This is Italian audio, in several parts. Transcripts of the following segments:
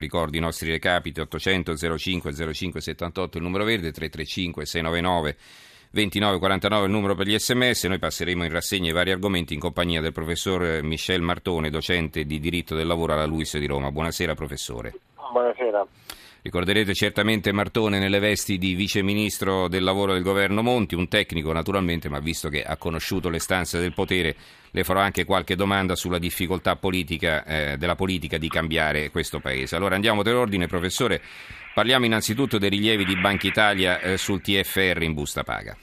Ricordi i nostri recapiti: 800 05 05 78 il numero verde, 335 699 2949 il numero per gli sms. Noi passeremo in rassegna i vari argomenti in compagnia del professor Michel Martone, docente di diritto del lavoro alla LUISS di Roma. Buonasera professore. Buonasera. Ricorderete certamente Martone nelle vesti di vice ministro del lavoro del governo Monti, un tecnico naturalmente, ma visto che ha conosciuto le stanze del potere le farò anche qualche domanda sulla difficoltà politica della politica di cambiare questo paese. Allora andiamo per ordine, professore. Parliamo innanzitutto dei rilievi di Banca Italia sul TFR in busta paga.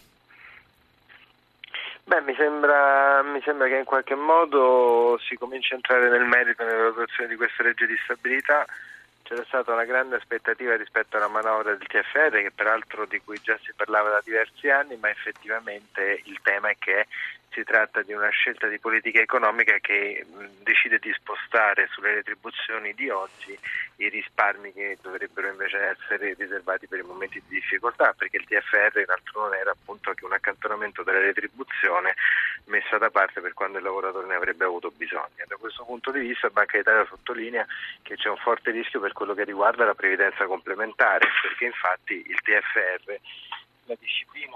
Mi sembra che in qualche modo si cominci a entrare nel merito nella valutazione di questa legge di stabilità. C'era stata una grande aspettativa rispetto alla manovra del TFR, che peraltro di cui già si parlava da diversi anni, ma effettivamente il tema è che si tratta di una scelta di politica economica che decide di spostare sulle retribuzioni di oggi i risparmi che dovrebbero invece essere riservati per i momenti di difficoltà, perché il TFR in altro non era appunto che un accantonamento della retribuzione messa da parte per quando il lavoratore ne avrebbe avuto bisogno. Da questo punto di vista Banca d'Italia sottolinea che c'è un forte rischio per quello che riguarda la previdenza complementare, perché infatti il TFR, la disciplina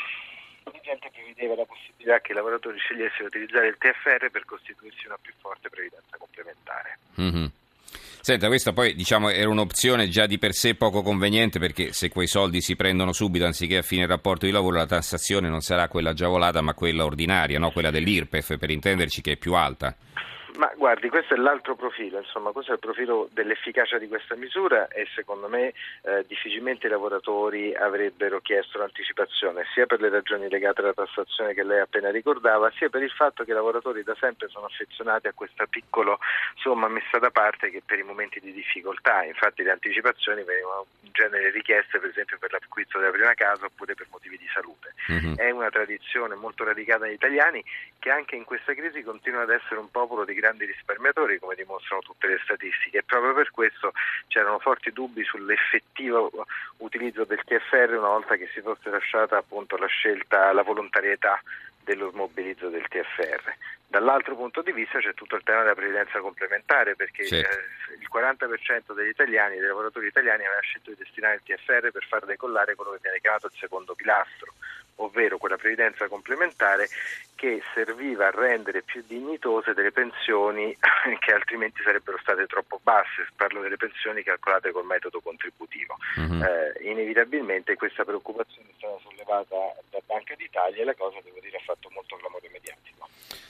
vigente, prevedeva la possibilità che i lavoratori scegliessero di utilizzare il TFR per costituirsi una più forte previdenza complementare. Mm-hmm. Senta, questa poi era un'opzione già di per sé poco conveniente, perché se quei soldi si prendono subito anziché a fine rapporto di lavoro, la tassazione non sarà quella agevolata ma quella ordinaria, no? Quella dell'IRPEF, per intenderci, che è più alta. Ma guardi, questo è l'altro profilo, questo è il profilo dell'efficacia di questa misura e secondo me difficilmente i lavoratori avrebbero chiesto l'anticipazione, sia per le ragioni legate alla tassazione che lei appena ricordava, sia per il fatto che i lavoratori da sempre sono affezionati a questa piccola somma messa da parte che per i momenti di difficoltà. Infatti le anticipazioni venivano in genere richieste per esempio per l'acquisto della prima casa oppure per motivi di salute. Mm-hmm. È una tradizione molto radicata negli italiani che anche in questa crisi continua ad essere un popolo di grandi risparmiatori, come dimostrano tutte le statistiche, e proprio per questo c'erano forti dubbi sull'effettivo utilizzo del TFR una volta che si fosse lasciata appunto la scelta, la volontarietà dello smobilizzo del TFR. Dall'altro punto di vista c'è tutto il tema della previdenza complementare, perché il 40% degli italiani, dei lavoratori italiani, aveva scelto di destinare il TFR per far decollare quello che viene chiamato il secondo pilastro, ovvero quella previdenza complementare che serviva a rendere più dignitose delle pensioni che altrimenti sarebbero state troppo basse. Parlo delle pensioni calcolate col metodo contributivo. Mm-hmm. Inevitabilmente questa preoccupazione è stata sollevata da Banca d'Italia e la cosa, devo dire, ha fatto molto clamore mediatico.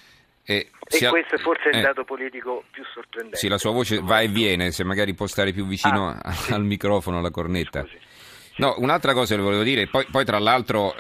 E questo è forse il dato politico più sorprendente. Sì, la sua voce va e viene, se magari può stare più vicino al microfono, alla cornetta. Scusi. No, un'altra cosa le volevo dire, poi tra l'altro,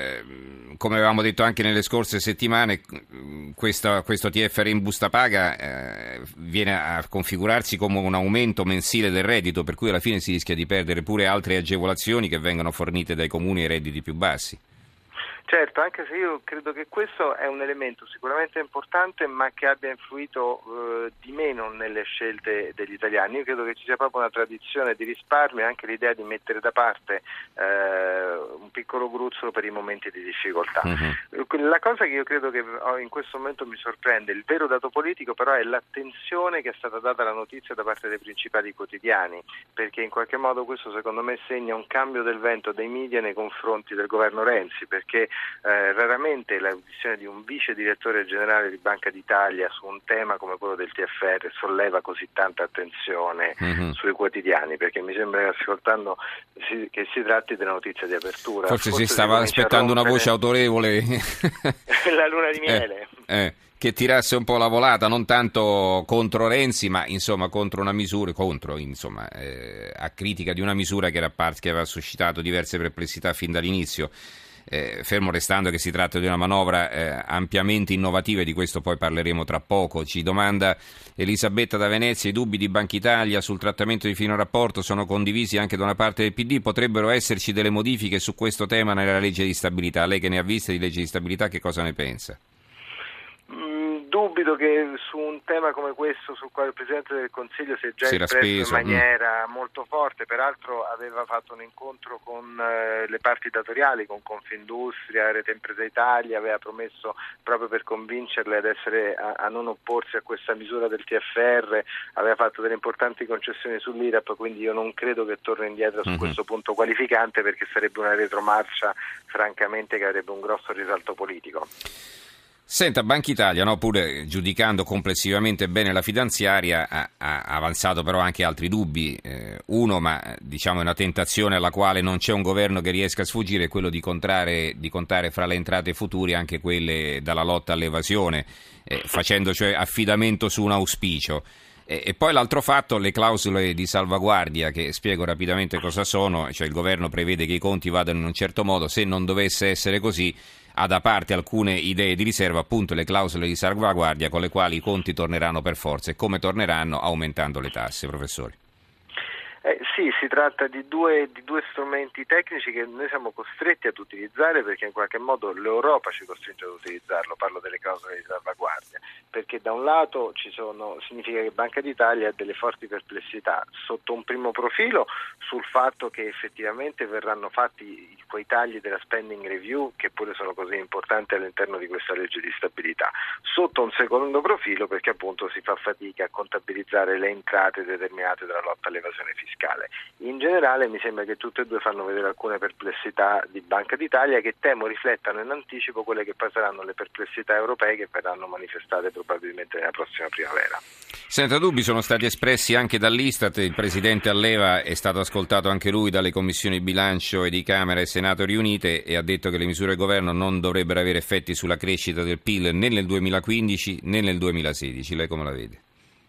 come avevamo detto anche nelle scorse settimane, questo TFR in busta paga viene a configurarsi come un aumento mensile del reddito, per cui alla fine si rischia di perdere pure altre agevolazioni che vengono fornite dai comuni ai redditi più bassi. Certo, anche se io credo che questo è un elemento sicuramente importante, ma che abbia influito di meno nelle scelte degli italiani. Io credo che ci sia proprio una tradizione di risparmio e anche l'idea di mettere da parte un piccolo gruzzolo per i momenti di difficoltà. Uh-huh. La cosa che io credo che in questo momento mi sorprende, il vero dato politico però, è l'attenzione che è stata data alla notizia da parte dei principali quotidiani, perché in qualche modo questo secondo me segna un cambio del vento dei media nei confronti del governo Renzi, perché raramente l'audizione di un vice direttore generale di Banca d'Italia su un tema come quello del TFR solleva così tanta attenzione sui quotidiani, perché mi sembra che ascoltando che si tratti della notizia di apertura. Forse si stava aspettando una voce autorevole. La luna di miele. Che tirasse un po' la volata, non tanto contro Renzi, ma insomma contro una misura, a critica di una misura che aveva suscitato diverse perplessità fin dall'inizio. Fermo restando che si tratta di una manovra ampiamente innovativa, e di questo poi parleremo tra poco. Ci domanda Elisabetta da Venezia: i dubbi di Banca Italia sul trattamento di fine rapporto sono condivisi anche da una parte del PD, potrebbero esserci delle modifiche su questo tema nella legge di stabilità? Lei che ne ha viste di legge di stabilità, che cosa ne pensa? dubito che su un tema come questo, sul quale il Presidente del Consiglio si è già espresso speso in maniera molto forte, peraltro aveva fatto un incontro con le parti datoriali, con Confindustria, Rete Impresa Italia, aveva promesso proprio per convincerle a non opporsi a questa misura del TFR, aveva fatto delle importanti concessioni sull'IRAP, quindi io non credo che torni indietro su questo punto qualificante, perché sarebbe una retromarcia francamente che avrebbe un grosso risalto politico. Senta, Banca Italia, no, pure giudicando complessivamente bene la finanziaria, ha avanzato però anche altri dubbi. Uno, ma diciamo è una tentazione alla quale non c'è un governo che riesca a sfuggire, è quello di contare fra le entrate futuri anche quelle dalla lotta all'evasione, facendo cioè affidamento su un auspicio. E poi l'altro fatto, le clausole di salvaguardia, che spiego rapidamente cosa sono, cioè il governo prevede che i conti vadano in un certo modo, se non dovesse essere così ha da parte alcune idee di riserva, appunto le clausole di salvaguardia con le quali i conti torneranno per forza. E come torneranno? Aumentando le tasse, professore. Sì, si tratta di due strumenti tecnici che noi siamo costretti ad utilizzare, perché in qualche modo l'Europa ci costringe ad utilizzarlo. Parlo delle clausole di salvaguardia, perché da un lato significa che Banca d'Italia ha delle forti perplessità sotto un primo profilo sul fatto che effettivamente verranno fatti quei tagli della spending review, che pure sono così importanti all'interno di questa legge di stabilità, sotto un secondo profilo perché appunto si fa fatica a contabilizzare le entrate determinate dalla lotta all'evasione fiscale. In generale mi sembra che tutte e due fanno vedere alcune perplessità di Banca d'Italia, che temo riflettano in anticipo quelle che poi saranno le perplessità europee che verranno manifestate probabilmente nella prossima primavera. Senza dubbi sono stati espressi anche dall'Istat, il Presidente Alleva è stato ascoltato anche lui dalle commissioni bilancio e di Camera e Senato riunite e ha detto che le misure del governo non dovrebbero avere effetti sulla crescita del PIL né nel 2015 né nel 2016. Lei come la vede?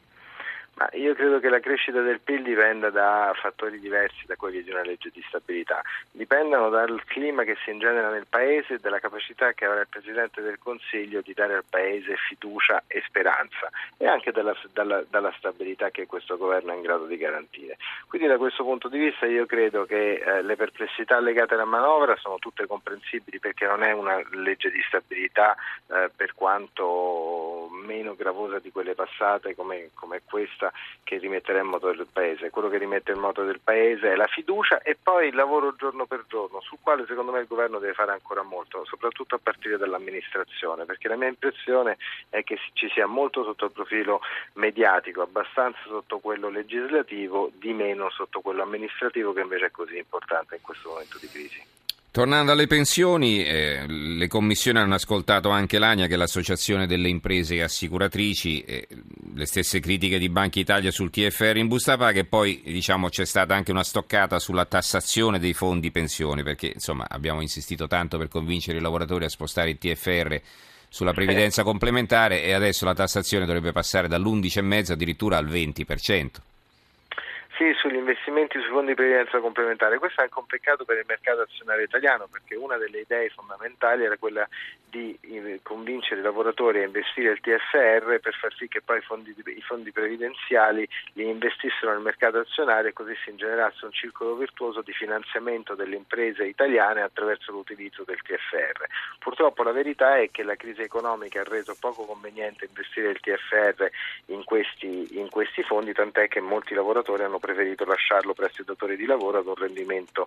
Io credo che la crescita del PIL dipenda da fattori diversi da quelli di una legge di stabilità, dipendono dal clima che si ingenera nel Paese e dalla capacità che avrà il Presidente del Consiglio di dare al Paese fiducia e speranza, e anche dalla stabilità che questo governo è in grado di garantire. Quindi da questo punto di vista io credo che le perplessità legate alla manovra sono tutte comprensibili, perché non è una legge di stabilità per quanto meno gravosa di quelle passate come questa, che rimetterà in moto del Paese. Quello che rimette in moto del Paese è la fiducia e poi il lavoro giorno per giorno, sul quale secondo me il governo deve fare ancora molto, soprattutto a partire dall'amministrazione, perché la mia impressione è che ci sia molto sotto il profilo mediatico, abbastanza sotto quello legislativo, di meno sotto quello amministrativo, che invece è così importante in questo momento di crisi. Tornando alle pensioni, le commissioni hanno ascoltato anche l'ANIA, che è l'associazione delle imprese assicuratrici, le stesse critiche di Banca Italia sul TFR in busta paga, e poi c'è stata anche una stoccata sulla tassazione dei fondi pensioni, perché insomma abbiamo insistito tanto per convincere i lavoratori a spostare il TFR sulla previdenza complementare e adesso la tassazione dovrebbe passare dall'11,5% addirittura al 20%. Sì, sugli investimenti sui fondi di previdenza complementare. Questo è anche un peccato per il mercato azionario italiano, perché una delle idee fondamentali era quella di convincere i lavoratori a investire il TFR per far sì che poi i fondi previdenziali li investissero nel mercato azionario e così si generasse un circolo virtuoso di finanziamento delle imprese italiane attraverso l'utilizzo del TFR. Purtroppo la verità è che la crisi economica ha reso poco conveniente investire il TFR in questi fondi, tant'è che molti lavoratori hanno preferito lasciarlo presso i datori di lavoro ad un rendimento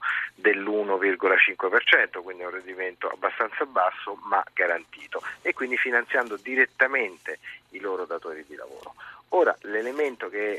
dell'1,5%, quindi un rendimento abbastanza basso ma garantito, e quindi finanziando direttamente i loro datori di lavoro. Ora, l'elemento che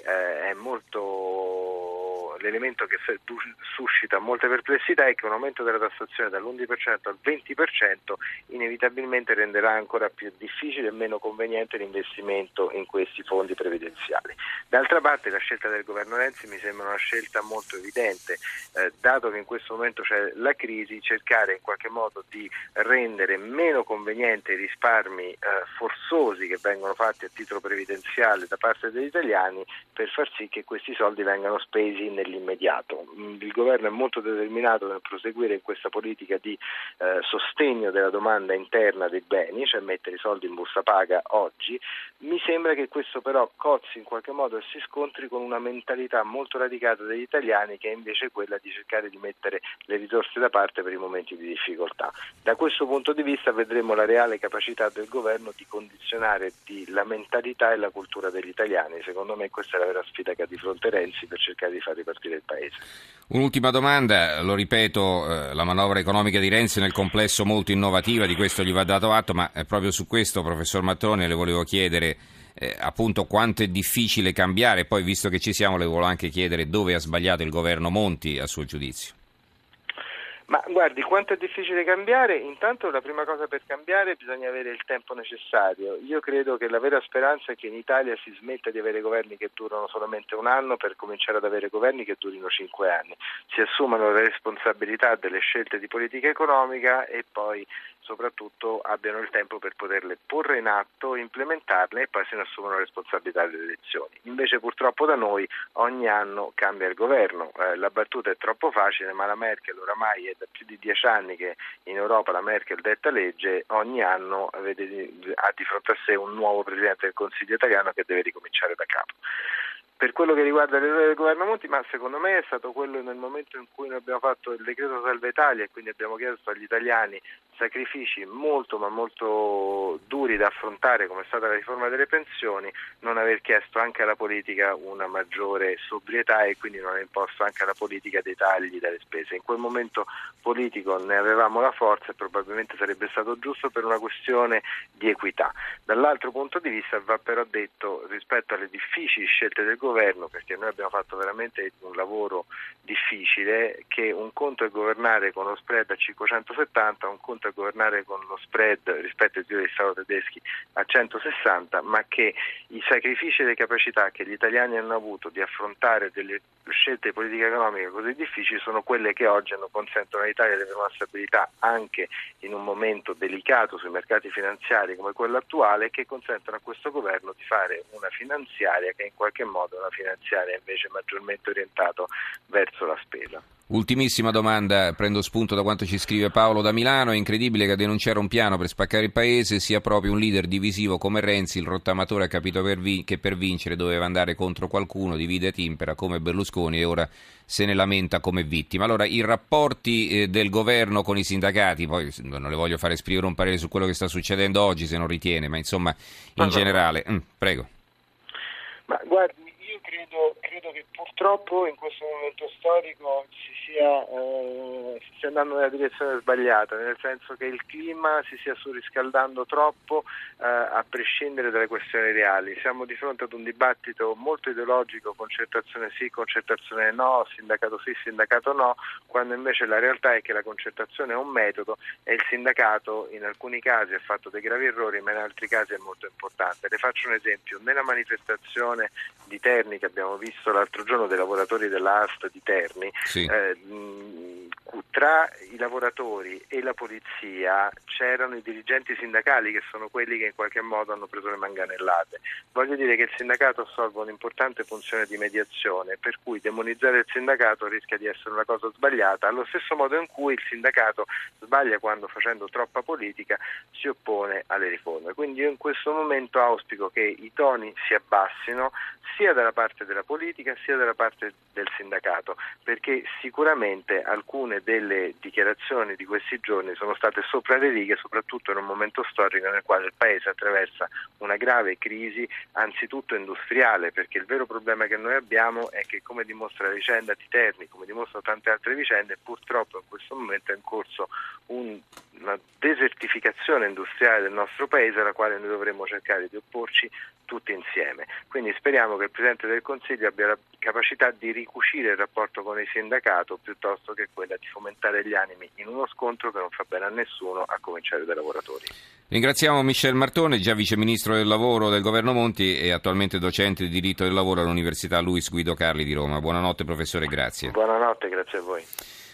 suscita molte perplessità è che un aumento della tassazione dall'11% al 20% inevitabilmente renderà ancora più difficile e meno conveniente l'investimento in questi fondi previdenziali. D'altra parte la scelta del governo Renzi mi sembra una scelta molto evidente, dato che in questo momento c'è la crisi, cercare in qualche modo di rendere meno conveniente i risparmi forzosi che vengono fatti a titolo previdenziale da parte degli italiani, per far sì che questi soldi vengano spesi nell'immediato. Il governo è molto determinato nel proseguire in questa politica di sostegno della domanda interna dei beni, cioè mettere i soldi in busta paga oggi. Mi sembra che questo però cozzi in qualche modo e si scontri con una mentalità molto radicata degli italiani, che è invece quella di cercare di mettere le risorse da parte per i momenti di difficoltà. Da questo punto di vista vedremo la reale capacità del governo di condizionare la mentalità e la cultura degli italiani. Secondo me questa è la vera sfida che ha di fronte Renzi per cercare di far ripartire il Paese. Un'ultima domanda, lo ripeto, la manovra economica di Renzi nel complesso molto innovativa, di questo gli va dato atto, ma proprio su questo, professor Martone, le volevo chiedere appunto quanto è difficile cambiare, poi visto che ci siamo le volevo anche chiedere dove ha sbagliato il governo Monti a suo giudizio. Ma guardi, quanto è difficile cambiare? Intanto la prima cosa per cambiare bisogna avere il tempo necessario. Io credo che la vera speranza è che in Italia si smetta di avere governi che durano solamente un anno per cominciare ad avere governi che durino 5 anni. Si assumano la responsabilità delle scelte di politica economica e poi soprattutto abbiano il tempo per poterle porre in atto, implementarle e poi se ne assumono la responsabilità delle elezioni. Invece purtroppo da noi ogni anno cambia il governo. La battuta è troppo facile, ma la Merkel oramai è da più di 10 anni che in Europa la Merkel detta legge, ogni anno ha di fronte a sé un nuovo Presidente del Consiglio italiano che deve ricominciare da capo. Per quello che riguarda l'errore del governo Monti, ma secondo me è stato quello nel momento in cui noi abbiamo fatto il decreto Salva Italia e quindi abbiamo chiesto agli italiani sacrifici molto ma molto duri da affrontare, come è stata la riforma delle pensioni, non aver chiesto anche alla politica una maggiore sobrietà e quindi non aver imposto anche alla politica dei tagli dalle spese. In quel momento politico ne avevamo la forza e probabilmente sarebbe stato giusto per una questione di equità. Dall'altro punto di vista va però detto, rispetto alle difficili scelte del governo, perché noi abbiamo fatto veramente un lavoro difficile, che un conto è governare con lo spread a 570, un conto è governare con lo spread rispetto ai titoli di Stato tedeschi a 160, ma che i sacrifici e le capacità che gli italiani hanno avuto di affrontare delle scelte di politica economica così difficili sono quelle che oggi consentono all'Italia di avere una stabilità anche in un momento delicato sui mercati finanziari come quello attuale, che consentono a questo governo di fare una finanziaria che in qualche modo è una finanziaria invece maggiormente orientata verso la spesa. Ultimissima domanda, prendo spunto da quanto ci scrive Paolo da Milano. È incredibile che a denunciare un piano per spaccare il paese sia proprio un leader divisivo come Renzi. Il rottamatore ha capito che per vincere doveva andare contro qualcuno, divide et impera come Berlusconi e ora se ne lamenta come vittima. Allora, i rapporti del governo con i sindacati, poi non le voglio fare esprimere un parere su quello che sta succedendo oggi se non ritiene, ma insomma in generale, prego. Ma guardi, io credo che purtroppo in questo momento storico si stia andando nella direzione sbagliata, nel senso che il clima si stia surriscaldando troppo a prescindere dalle questioni reali. Siamo di fronte ad un dibattito molto ideologico, concertazione sì, concertazione no, sindacato sì, sindacato no, quando invece la realtà è che la concertazione è un metodo e il sindacato in alcuni casi ha fatto dei gravi errori, ma in altri casi è molto importante. Le faccio un esempio: nella manifestazione di Terni che abbiamo visto l'altro giorno dei lavoratori della AST di Terni, sì. Tra i lavoratori e la polizia c'erano i dirigenti sindacali, che sono quelli che in qualche modo hanno preso le manganellate. Voglio dire che il sindacato assolve un'importante funzione di mediazione, per cui demonizzare il sindacato rischia di essere una cosa sbagliata, allo stesso modo in cui il sindacato sbaglia quando, facendo troppa politica, si oppone alle riforme. Quindi io in questo momento auspico che i toni si abbassino sia dalla parte della politica sia dalla parte del sindacato, perché sicuramente alcune delle dichiarazioni di questi giorni sono state sopra le righe, soprattutto in un momento storico nel quale il Paese attraversa una grave crisi, anzitutto industriale, perché il vero problema che noi abbiamo è che, come dimostra la vicenda di Terni, come dimostrano tante altre vicende, purtroppo in questo momento è in corso una desertificazione industriale del nostro Paese, alla quale noi dovremmo cercare di opporci tutti insieme. Quindi speriamo che il Presidente del Consiglio abbia la capacità di ricucire il rapporto con il sindacato piuttosto che quella di fomentare gli animi in uno scontro che non fa bene a nessuno, a cominciare dai lavoratori. Ringraziamo Michel Martone, già Vice Ministro del Lavoro del Governo Monti e attualmente docente di diritto del lavoro all'Università Luis Guido Carli di Roma. Buonanotte professore, grazie. Buonanotte, grazie a voi.